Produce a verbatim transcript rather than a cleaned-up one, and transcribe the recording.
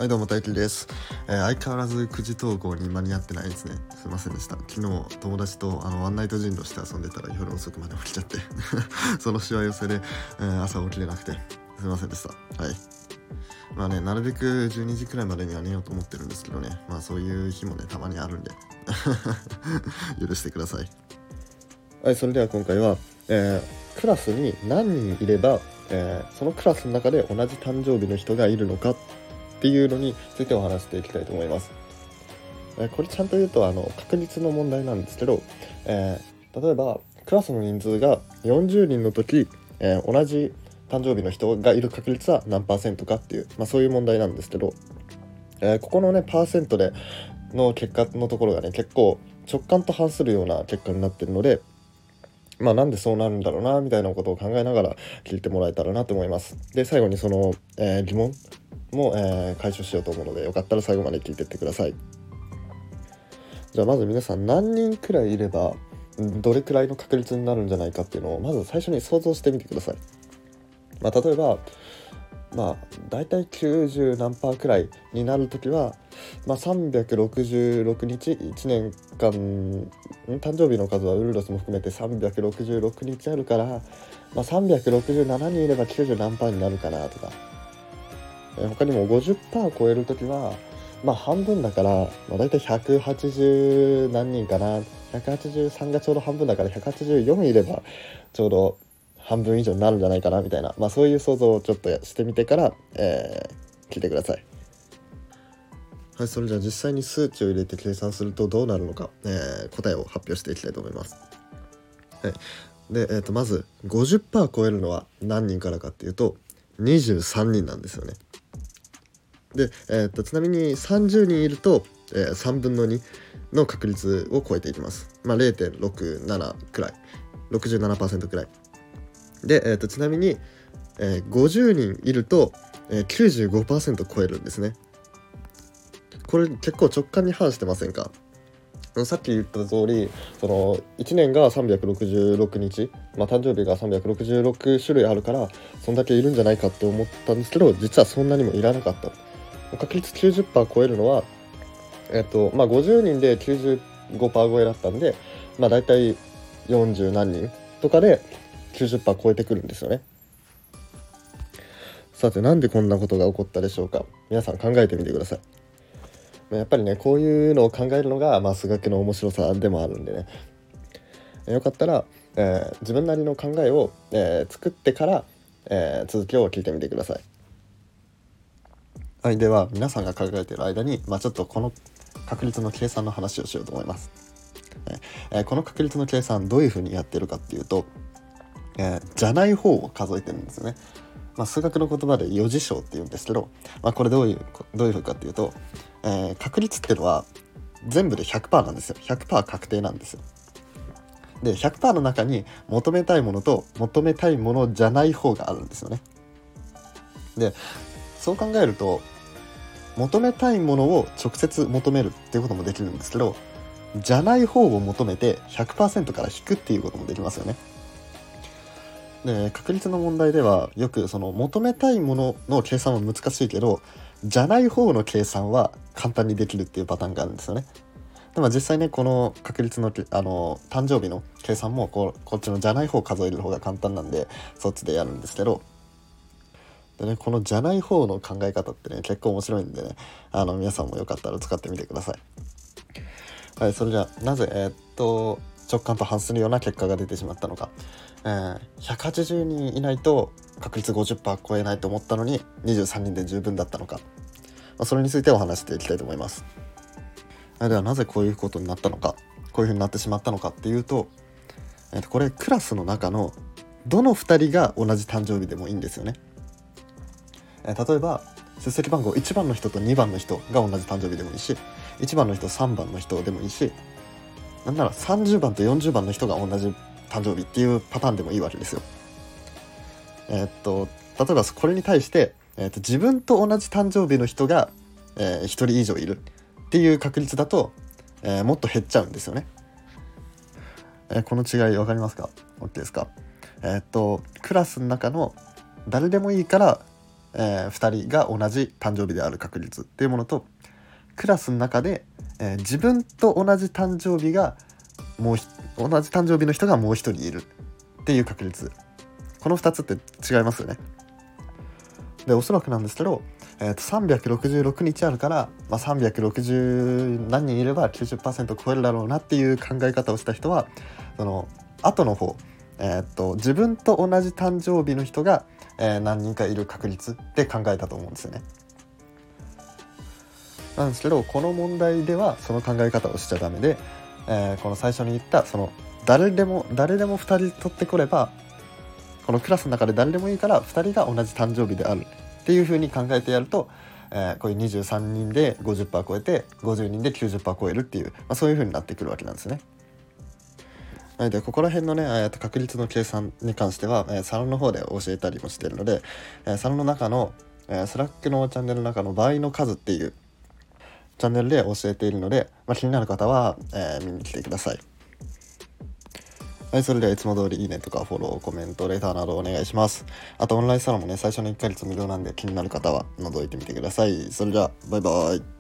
はいどうも大輝です、えー、相変わらずくじ投稿に間に合ってないですね。すいませんでした。昨日友達とあのワンナイト人狼して遊んでたら夜遅くまで起きちゃってそのしわ寄せで、えー、朝起きれなくてすいませんでした。はいまあね、なるべくじゅうにじくらいまでには寝ようと思ってるんですけどね、まあそういう日もねたまにあるんで許してください。はい、それでは今回は、えー、クラスに何人いれば、えー、そのクラスの中で同じ誕生日の人がいるのかっていうのについてお話していきたいと思います。えー、これちゃんと言うとあの確率の問題なんですけど、えー、例えばクラスの人数がよんじゅうにんの時、えー、同じ誕生日の人がいる確率は何パーセントかっていう、まあ、そういう問題なんですけど、えー、ここのねパーセントでの結果のところがね結構直感と反するような結果になってるので、まあなんでそうなるんだろうなみたいなことを考えながら聞いてもらえたらなと思います。で最後にその、えー、疑問も、えー、解消しようと思うのでよかったら最後まで聞いてってください。じゃあまず皆さん何人くらいいればどれくらいの確率になるんじゃないかっていうのをまず最初に想像してみてください。まあ、例えばまあだいたいきゅうじゅう何パーくらいになるときは、まあ、さんびゃくろくじゅうろくにちいちねんかん誕生日の数はウルロスも含めてさんびゃくろくじゅうろくにちあるから、まあ、さんびゃくろくじゅうななにんいればきゅうじゅう何パーになるかなとか、え他にも ごじゅっパーセント 超えるときはまあ半分だから、まあ、だいたいひゃくはちじゅう何人かな、ひゃくはちじゅうさんがちょうど半分だからひゃくはちじゅうよんいればちょうど半分以上になるんじゃないかなみたいな、まあそういう想像をちょっとしてみてから、えー、聞いてください。はい、それじゃあ実際に数値を入れて計算するとどうなるのか、えー、答えを発表していきたいと思います。はい、で、えー、とまず ごじゅっパーセント 超えるのは何人からかっていうとにじゅうさんにんなんですよね。で、えー、とちなみにさんじゅうにんいると、えー、さんぶんのにの確率を超えていきます。まあ れいてんろくなな くらい ろくじゅうななパーセント くらいで、えー、とちなみに、えー、ごじゅうにんいると、えー、きゅうじゅうごパーセント 超えるんですね。これ結構直感に反してませんか？さっき言った通りそのいちねんがさんびゃくろくじゅうろくにち、まあ、誕生日がさんびゃくろくじゅうろくしゅるいあるからそんだけいるんじゃないかって思ったんですけど、実はそんなにもいらなかった。確率 きゅうじゅっパーセント 超えるのは、えっとまあ、ごじゅうにんで きゅうじゅうごパーセント 超えだったんで、まあ、だいたいよんじゅう何人とかで きゅうじゅっパーセント 超えてくるんですよね。さてなんでこんなことが起こったでしょうか。皆さん考えてみてください。やっぱりねこういうのを考えるのが、まあ、数学の面白さでもあるんでね、よかったら、えー、自分なりの考えを、えー、作ってから、えー、続きを聞いてみてください。はい、では皆さんが考えている間に、まあ、ちょっとこの確率の計算の話をしようと思います。えー、この確率の計算どういうふうにやってるかっていうと、えー、じゃない方を数えてるんですよね。まあ、数学の言葉で余事象って言うんですけど、まあ、これどういうどういうふうかっていうと、えー、確率っていうのは全部で ひゃくパーセント なんですよ。 ひゃくパーセント 確定なんですよ。で ひゃくパーセント の中に求めたいものと求めたいものじゃない方があるんですよね。でそう考えると求めたいものを直接求めるっていうこともできるんですけど、じゃない方を求めて ひゃくパーセント から引くっていうこともできますよね。で確率の問題ではよくその求めたいものの計算は難しいけどじゃない方の計算は簡単にできるっていうパターンがあるんですよね。でも実際ねこの確率のあの誕生日の計算もこうこっちのじゃない方を数える方が簡単なんでそっちでやるんですけど、でねこのじゃない方の考え方ってね結構面白いんでね、あの皆さんもよかったら使ってみてください。はい、それじゃあなぜえー、っと直感と反するような結果が出てしまったのか、えー、ひゃくはちじゅうにんいないと確率 ごじゅっパーセント 超えないと思ったのににじゅうさんにんで十分だったのか、まあ、それについてお話していきたいと思います。ではなぜこういうことになったのか、こういう風になってしまったのかっていうと、えー、とこれクラスの中のどのふたりが同じ誕生日でもいいんですよね。えー、例えば出席番号いちばんの人とにばんの人が同じ誕生日でもいいし、いちばんの人さんばんの人でもいいし、なんならさんじゅうばんとよんじゅうばんの人が同じ誕生日っていうパターンでもいいわけですよ。えー、っと例えばこれに対して、えー、っと自分と同じ誕生日の人が、えー、ひとり以上いるっていう確率だと、えー、もっと減っちゃうんですよね。えー、この違い分かりますか？ OK ですか？えー、っとクラスの中の誰でもいいからえー、ふたりが同じ誕生日である確率っていうものと、クラスの中で、えー、自分と同じ誕生日がもう同じ誕生日の人がもう一人いるっていう確率、このふたつって違いますよね。でおそらくなんですけど、えー、とさんびゃくろくじゅうろくにちあるから、まあ、さんびゃくろくじゅう何人いれば きゅうじゅっパーセント 超えるだろうなっていう考え方をした人は、その後の方、えー、と自分と同じ誕生日の人が、えー、何人かいる確率って考えたと思うんですよね。なんですけど、この問題ではその考え方をしちゃダメで、えー、この最初に言ったその誰でも誰でもふたり取ってこれば、このクラスの中で誰でもいいからふたりが同じ誕生日であるっていう風に考えてやると、えー、こういうにじゅうさんにんで ごじゅっパーセント 超えてごじゅうにんで きゅうじゅっパーセント 超えるっていう、まあ、そういう風になってくるわけなんですね。なのでここら辺のね、えー、と確率の計算に関しては、えー、サロンの方で教えたりもしているので、えー、サロンの中の、えー、スラックのチャンネルの中の倍の数っていうチャンネルで教えているので、まあ、気になる方は、えー、見に来てください。はい、それではいつも通りいいねとかフォロー、コメント、レターなどお願いします。あとオンラインサロンもね、最初のいっかげつ無料なんで気になる方は覗いてみてください。それじゃあバイバイ。